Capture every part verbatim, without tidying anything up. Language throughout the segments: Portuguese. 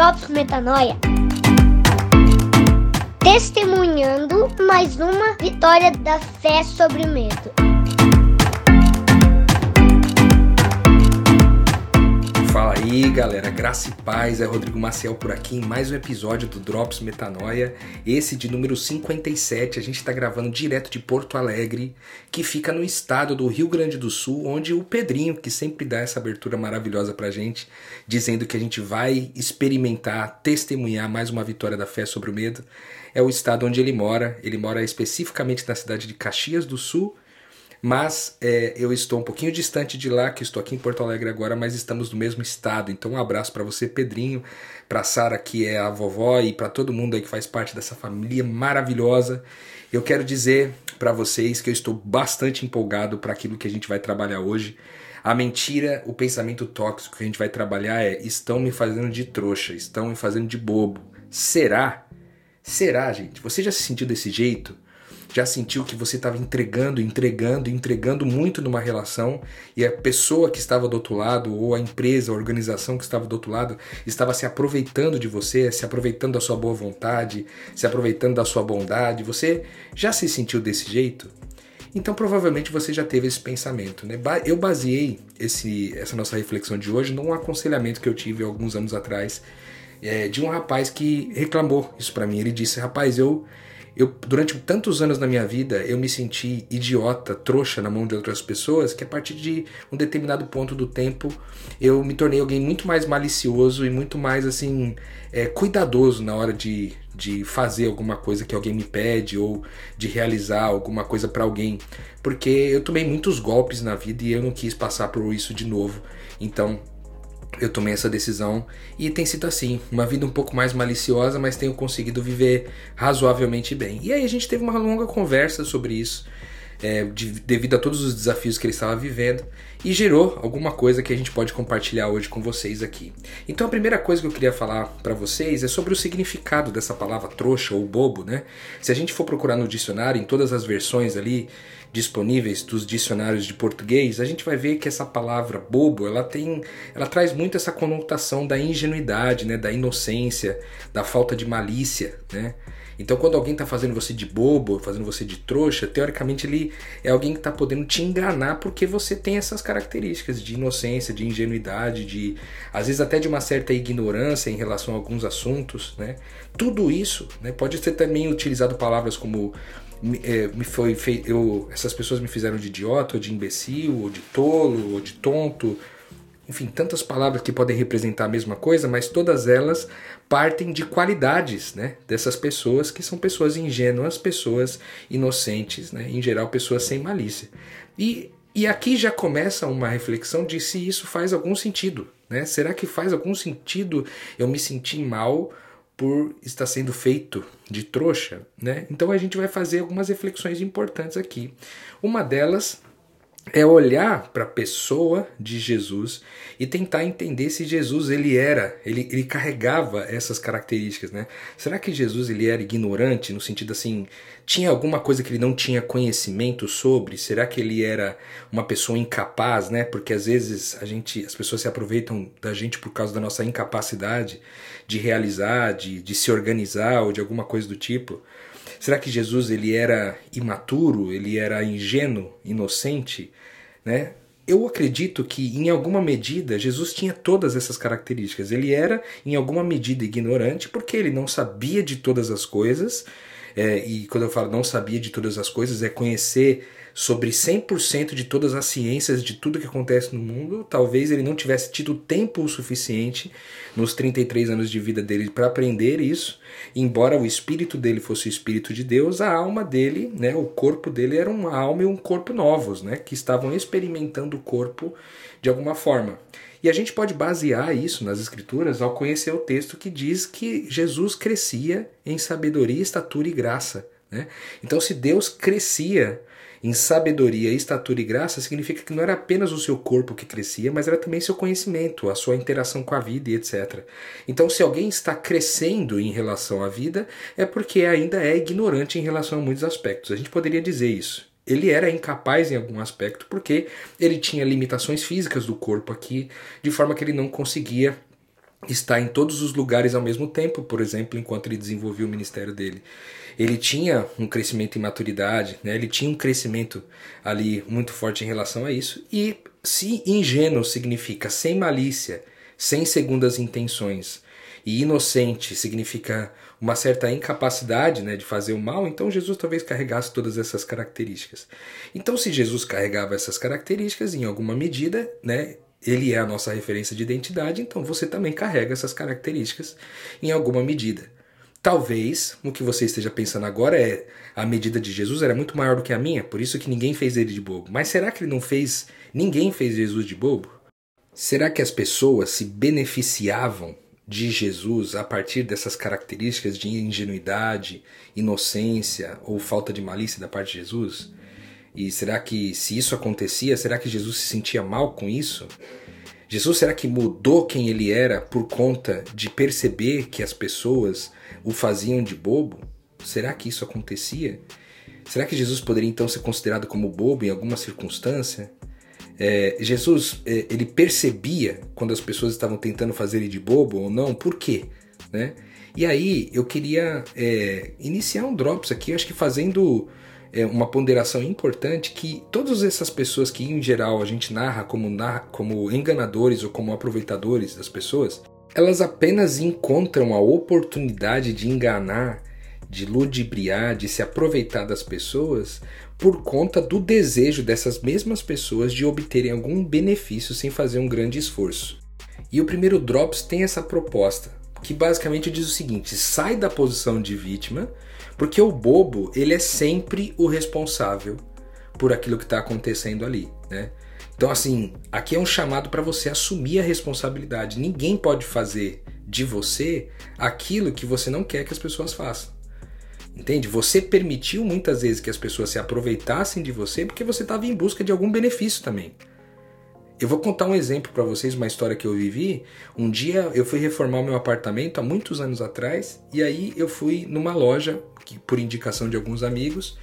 Drops Metanoia. Testemunhando mais uma vitória da fé sobre o medo. Fala aí galera, graça e paz, é Rodrigo Maciel por aqui em mais um episódio do Drops Metanoia, esse de número cinquenta e sete, a gente está gravando direto de Porto Alegre, que fica no estado do Rio Grande do Sul, onde o Pedrinho, que sempre dá essa abertura maravilhosa pra gente, dizendo que a gente vai experimentar, testemunhar mais uma vitória da fé sobre o medo, é o estado onde ele mora, ele mora especificamente na cidade de Caxias do Sul, mas é, eu estou um pouquinho distante de lá, que estou aqui em Porto Alegre agora, mas estamos no mesmo estado. Então um abraço para você, Pedrinho, para Sara, que é a vovó, e para todo mundo aí que faz parte dessa família maravilhosa. Eu quero dizer para vocês que eu estou bastante empolgado para aquilo que a gente vai trabalhar hoje. A mentira, o pensamento tóxico que a gente vai trabalhar é: estão me fazendo de trouxa, estão me fazendo de bobo. Será? Será, gente? Você já se sentiu desse jeito? Já sentiu que você estava entregando, entregando, entregando muito numa relação e a pessoa que estava do outro lado, ou a empresa, a organização que estava do outro lado, estava se aproveitando de você, se aproveitando da sua boa vontade, se aproveitando da sua bondade? Você já se sentiu desse jeito? Então provavelmente você já teve esse pensamento, né? Eu baseei esse, essa nossa reflexão de hoje num aconselhamento que eu tive alguns anos atrás, é, de um rapaz que reclamou isso para mim. Ele disse: rapaz, eu... Eu, durante tantos anos na minha vida, eu me senti idiota, trouxa na mão de outras pessoas, que a partir de um determinado ponto do tempo, eu me tornei alguém muito mais malicioso e muito mais, assim, é, cuidadoso na hora de, de fazer alguma coisa que alguém me pede ou de realizar alguma coisa para alguém. Porque eu tomei muitos golpes na vida e eu não quis passar por isso de novo. Então eu tomei essa decisão e tem sido assim, uma vida um pouco mais maliciosa, mas tenho conseguido viver razoavelmente bem. E aí a gente teve uma longa conversa sobre isso, é, de, devido a todos os desafios que ele estava vivendo, e gerou alguma coisa que a gente pode compartilhar hoje com vocês aqui. Então a primeira coisa que eu queria falar para vocês é sobre o significado dessa palavra trouxa ou bobo, né? Se a gente for procurar no dicionário, em todas as versões ali disponíveis dos dicionários de português, a gente vai ver que essa palavra bobo, ela tem, ela traz muito essa conotação da ingenuidade, né, da inocência, da falta de malícia, né? Então quando alguém está fazendo você de bobo, fazendo você de trouxa, teoricamente ele é alguém que está podendo te enganar porque você tem essas características de inocência, de ingenuidade, de às vezes até de uma certa ignorância em relação a alguns assuntos, né? Tudo isso, né, pode ser também utilizado palavras como É, me foi feito, eu, essas pessoas me fizeram de idiota, ou de imbecil, ou de tolo, ou de tonto. Enfim, tantas palavras que podem representar a mesma coisa, mas todas elas partem de qualidades, né, dessas pessoas, que são pessoas ingênuas, pessoas inocentes, né, em geral pessoas sem malícia. E, e aqui já começa uma reflexão de se isso faz algum sentido, né? Será que faz algum sentido eu me sentir mal por estar sendo feito de trouxa, né? Então a gente vai fazer algumas reflexões importantes aqui. Uma delas é olhar para a pessoa de Jesus e tentar entender se Jesus ele era, ele, ele carregava essas características, né? Será que Jesus ele era ignorante no sentido assim, tinha alguma coisa que ele não tinha conhecimento sobre? Será que ele era uma pessoa incapaz, né? Porque às vezes a gente, as pessoas se aproveitam da gente por causa da nossa incapacidade de realizar, de, de se organizar ou de alguma coisa do tipo. Será que Jesus ele era imaturo, ele era ingênuo, inocente, né? Eu acredito que em alguma medida Jesus tinha todas essas características. Ele era em alguma medida ignorante porque ele não sabia de todas as coisas, é, e quando eu falo não sabia de todas as coisas é conhecer sobre cem por cento de todas as ciências de tudo que acontece no mundo. Talvez ele não tivesse tido tempo o suficiente nos trinta e três anos de vida dele para aprender isso. Embora o espírito dele fosse o espírito de Deus, a alma dele, né, o corpo dele era uma alma e um corpo novos, né, que estavam experimentando o corpo de alguma forma. E a gente pode basear isso nas escrituras ao conhecer o texto que diz que Jesus crescia em sabedoria, estatura e graça, né? Então se Deus crescia em sabedoria, estatura e graça, significa que não era apenas o seu corpo que crescia, mas era também seu conhecimento, a sua interação com a vida e etcétera. Então se alguém está crescendo em relação à vida, é porque ainda é ignorante em relação a muitos aspectos. A gente poderia dizer isso. Ele era incapaz em algum aspecto porque ele tinha limitações físicas do corpo aqui, de forma que ele não conseguia estar em todos os lugares ao mesmo tempo, por exemplo, enquanto ele desenvolvia o ministério dele. Ele tinha um crescimento em maturidade, né? Ele tinha um crescimento ali muito forte em relação a isso. E se ingênuo significa sem malícia, sem segundas intenções, e inocente significa uma certa incapacidade, né, de fazer o mal, então Jesus talvez carregasse todas essas características. Então, se Jesus carregava essas características, em alguma medida, né, ele é a nossa referência de identidade, então você também carrega essas características em alguma medida. Talvez o que você esteja pensando agora é a medida de Jesus era muito maior do que a minha, por isso que ninguém fez ele de bobo. Mas será que ele não fez, ninguém fez Jesus de bobo? Será que as pessoas se beneficiavam de Jesus a partir dessas características de ingenuidade, inocência ou falta de malícia da parte de Jesus? E será que, se isso acontecia, será que Jesus se sentia mal com isso? Jesus, será que mudou quem ele era por conta de perceber que as pessoas o faziam de bobo? Será que isso acontecia? Será que Jesus poderia então ser considerado como bobo em alguma circunstância? É, Jesus, é, ele percebia quando as pessoas estavam tentando fazer ele de bobo ou não? Por quê? Né? E aí eu queria é, iniciar um Drops aqui, acho que fazendo é, uma ponderação importante, que todas essas pessoas que em geral a gente narra como, narra como enganadores ou como aproveitadores das pessoas, elas apenas encontram a oportunidade de enganar, de ludibriar, de se aproveitar das pessoas por conta do desejo dessas mesmas pessoas de obterem algum benefício sem fazer um grande esforço. E o primeiro Drops tem essa proposta, que basicamente diz o seguinte: sai da posição de vítima, porque o bobo ele é sempre o responsável por aquilo que está acontecendo ali, né? Então assim, aqui é um chamado para você assumir a responsabilidade. Ninguém pode fazer de você aquilo que você não quer que as pessoas façam. Entende? Você permitiu muitas vezes que as pessoas se aproveitassem de você porque você estava em busca de algum benefício também. Eu vou contar um exemplo para vocês, uma história que eu vivi. Um dia eu fui reformar o meu apartamento há muitos anos atrás, e aí eu fui numa loja, que, por indicação de alguns amigos,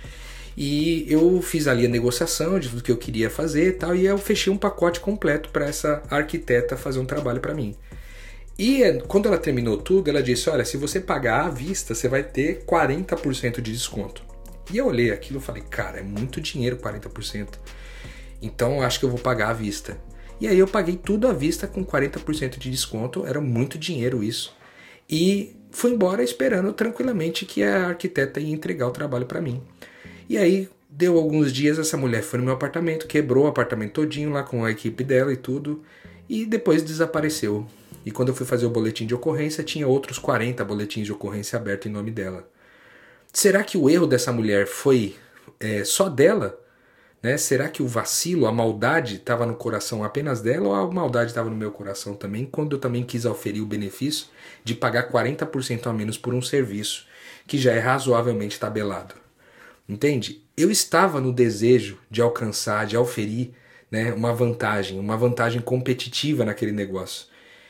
e eu fiz ali a negociação de tudo que eu queria fazer e tal, e eu fechei um pacote completo para essa arquiteta fazer um trabalho para mim. E quando ela terminou tudo, ela disse: olha, se você pagar à vista, você vai ter quarenta por cento de desconto. E eu olhei aquilo e falei: cara, é muito dinheiro quarenta por cento. Então eu acho que eu vou pagar à vista. E aí eu paguei tudo à vista com quarenta por cento de desconto, era muito dinheiro isso. E fui embora esperando tranquilamente que a arquiteta ia entregar o trabalho para mim. E aí deu alguns dias, essa mulher foi no meu apartamento, quebrou o apartamento todinho lá com a equipe dela e tudo, e depois desapareceu. E quando eu fui fazer o boletim de ocorrência, tinha outros quarenta boletins de ocorrência abertos em nome dela. Será que o erro dessa mulher foi é, só dela? Né? Será que o vacilo, a maldade estava no coração apenas dela, ou a maldade estava no meu coração também, quando eu também quis oferir o benefício de pagar quarenta por cento a menos por um serviço que já é razoavelmente tabelado? Entende? Eu estava no desejo de alcançar, de oferir, né, uma vantagem, uma vantagem competitiva naquele negócio.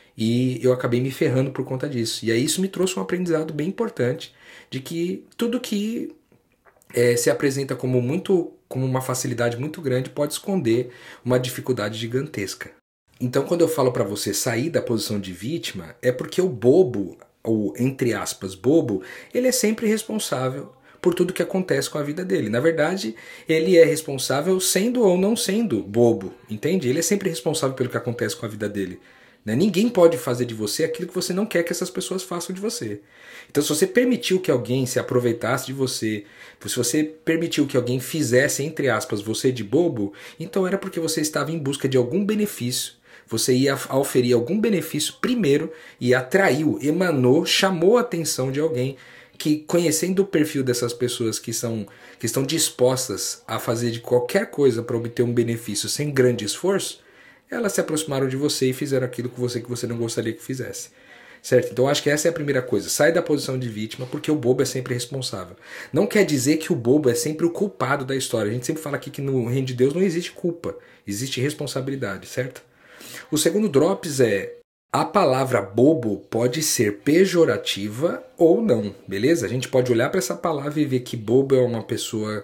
E eu acabei me ferrando por conta disso. E aí isso me trouxe um aprendizado bem importante de que tudo que é, se apresenta como, muito, como uma facilidade muito grande pode esconder uma dificuldade gigantesca. Então quando eu falo para você sair da posição de vítima, é porque o bobo, ou entre aspas bobo, ele é sempre responsável por tudo que acontece com a vida dele. Na verdade, ele é responsável sendo ou não sendo bobo, entende? Ele é sempre responsável pelo que acontece com a vida dele. Né? Ninguém pode fazer de você aquilo que você não quer que essas pessoas façam de você. Então, se você permitiu que alguém se aproveitasse de você, se você permitiu que alguém fizesse, entre aspas, você de bobo, então era porque você estava em busca de algum benefício. Você ia oferir algum benefício primeiro e atraiu, emanou, chamou a atenção de alguém que, conhecendo o perfil dessas pessoas que, são, que estão dispostas a fazer de qualquer coisa para obter um benefício sem grande esforço, elas se aproximaram de você e fizeram aquilo com você que você não gostaria que fizesse. Certo? Então acho que essa é a primeira coisa. Sai da posição de vítima, porque o bobo é sempre responsável. Não quer dizer que o bobo é sempre o culpado da história. A gente sempre fala aqui que no reino de Deus não existe culpa, existe responsabilidade, certo? O segundo Drops é: a palavra bobo pode ser pejorativa ou não, beleza? A gente pode olhar para essa palavra e ver que bobo é uma pessoa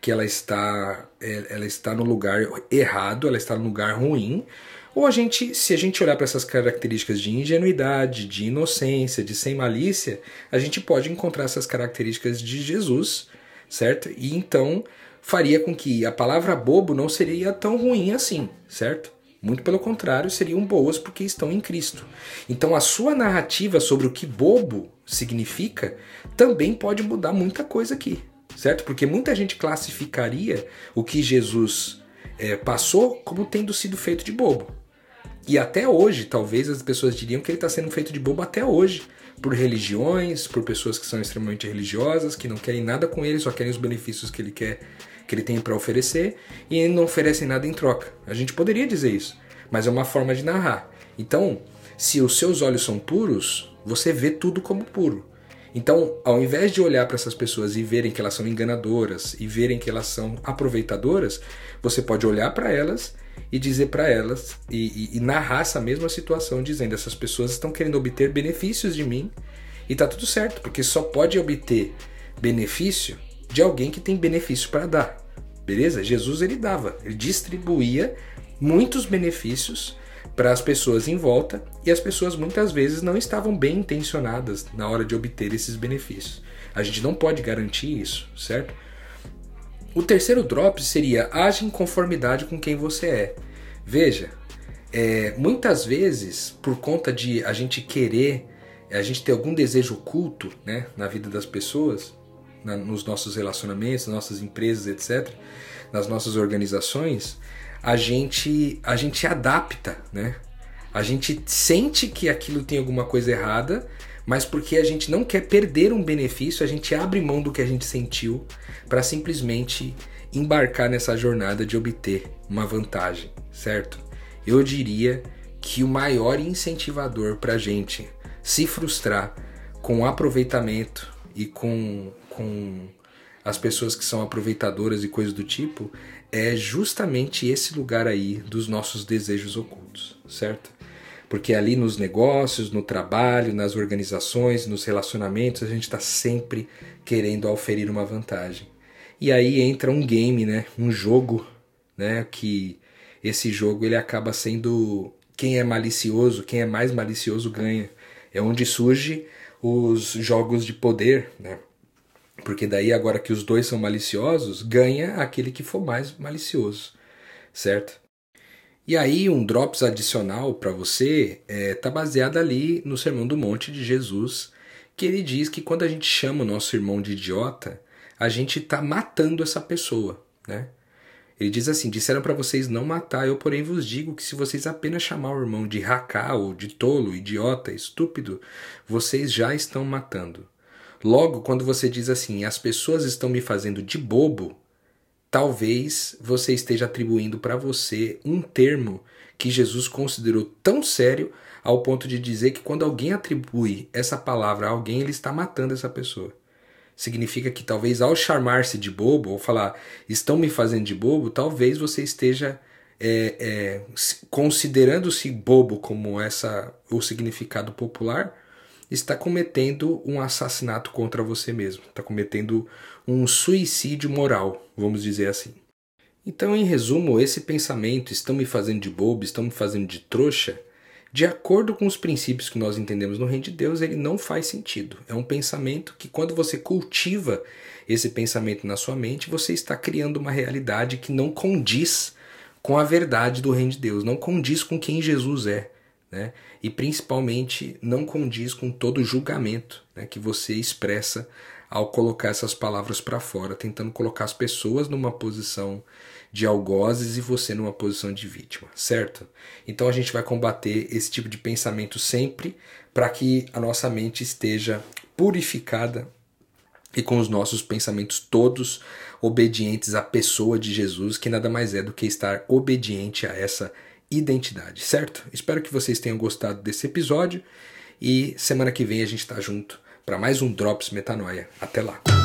que ela está, ela está no lugar errado, ela está no lugar ruim, ou a gente, se a gente olhar para essas características de ingenuidade, de inocência, de sem malícia, a gente pode encontrar essas características de Jesus, certo? E então faria com que a palavra bobo não seria tão ruim assim, certo? Muito pelo contrário, seriam boas porque estão em Cristo. Então a sua narrativa sobre o que bobo significa também pode mudar muita coisa aqui, certo? Porque muita gente classificaria o que Jesus é, passou como tendo sido feito de bobo. E até hoje, talvez as pessoas diriam que ele está sendo feito de bobo até hoje, por religiões, por pessoas que são extremamente religiosas, que não querem nada com ele, só querem os benefícios que ele quer, que ele tem para oferecer, e não oferecem nada em troca. A gente poderia dizer isso, mas é uma forma de narrar. Então, se os seus olhos são puros, você vê tudo como puro. Então, ao invés de olhar para essas pessoas e verem que elas são enganadoras e verem que elas são aproveitadoras, você pode olhar para elas e dizer para elas e, e, e narrar essa mesma situação, dizendo: essas pessoas estão querendo obter benefícios de mim e tá tudo certo, porque só pode obter benefício de alguém que tem benefício para dar, beleza? Jesus, ele dava, ele distribuía muitos benefícios para as pessoas em volta, e as pessoas muitas vezes não estavam bem intencionadas na hora de obter esses benefícios. A gente não pode garantir isso, certo? O terceiro drop seria: age em conformidade com quem você é. Veja, é, muitas vezes, por conta de a gente querer, a gente ter algum desejo oculto, né, na vida das pessoas, na, nos nossos relacionamentos, nas nossas empresas, etcétera, nas nossas organizações, a gente, a gente adapta, né? A gente sente que aquilo tem alguma coisa errada, mas porque a gente não quer perder um benefício, a gente abre mão do que a gente sentiu para simplesmente embarcar nessa jornada de obter uma vantagem, certo? Eu diria que o maior incentivador para a gente se frustrar com o aproveitamento e com, com as pessoas que são aproveitadoras e coisas do tipo é justamente esse lugar aí dos nossos desejos ocultos, certo? Porque ali nos negócios, no trabalho, nas organizações, nos relacionamentos, a gente está sempre querendo oferir uma vantagem. E aí entra um game, né? Um jogo, né? Que esse jogo ele acaba sendo quem é malicioso, quem é mais malicioso ganha. É onde surge os jogos de poder, né? Porque daí agora que os dois são maliciosos, ganha aquele que for mais malicioso, certo? E aí um drops adicional para você é, tá baseado ali no Sermão do Monte de Jesus, que ele diz que quando a gente chama o nosso irmão de idiota, a gente tá matando essa pessoa, né? Ele diz assim: disseram para vocês não matar, eu porém vos digo que se vocês apenas chamar o irmão de racal, de tolo, idiota, estúpido, vocês já estão matando. Logo, quando você diz assim, as pessoas estão me fazendo de bobo, talvez você esteja atribuindo para você um termo que Jesus considerou tão sério ao ponto de dizer que quando alguém atribui essa palavra a alguém, ele está matando essa pessoa. Significa que talvez ao chamar-se de bobo, ou falar estão me fazendo de bobo, talvez você esteja é, é, considerando-se bobo como essa, o significado popular, está cometendo um assassinato contra você mesmo, está cometendo um suicídio moral, vamos dizer assim. Então, em resumo, esse pensamento, estão me fazendo de bobo, estão me fazendo de trouxa, de acordo com os princípios que nós entendemos no reino de Deus, ele não faz sentido. É um pensamento que, quando você cultiva esse pensamento na sua mente, você está criando uma realidade que não condiz com a verdade do reino de Deus, não condiz com quem Jesus é, né? E principalmente não condiz com todo o julgamento, né, que você expressa ao colocar essas palavras para fora, tentando colocar as pessoas numa posição de algozes e você numa posição de vítima, certo? Então a gente vai combater esse tipo de pensamento sempre para que a nossa mente esteja purificada e com os nossos pensamentos todos obedientes à pessoa de Jesus, que nada mais é do que estar obediente a essa identidade, certo? Espero que vocês tenham gostado desse episódio e semana que vem a gente tá junto para mais um Drops Metanoia. Até lá!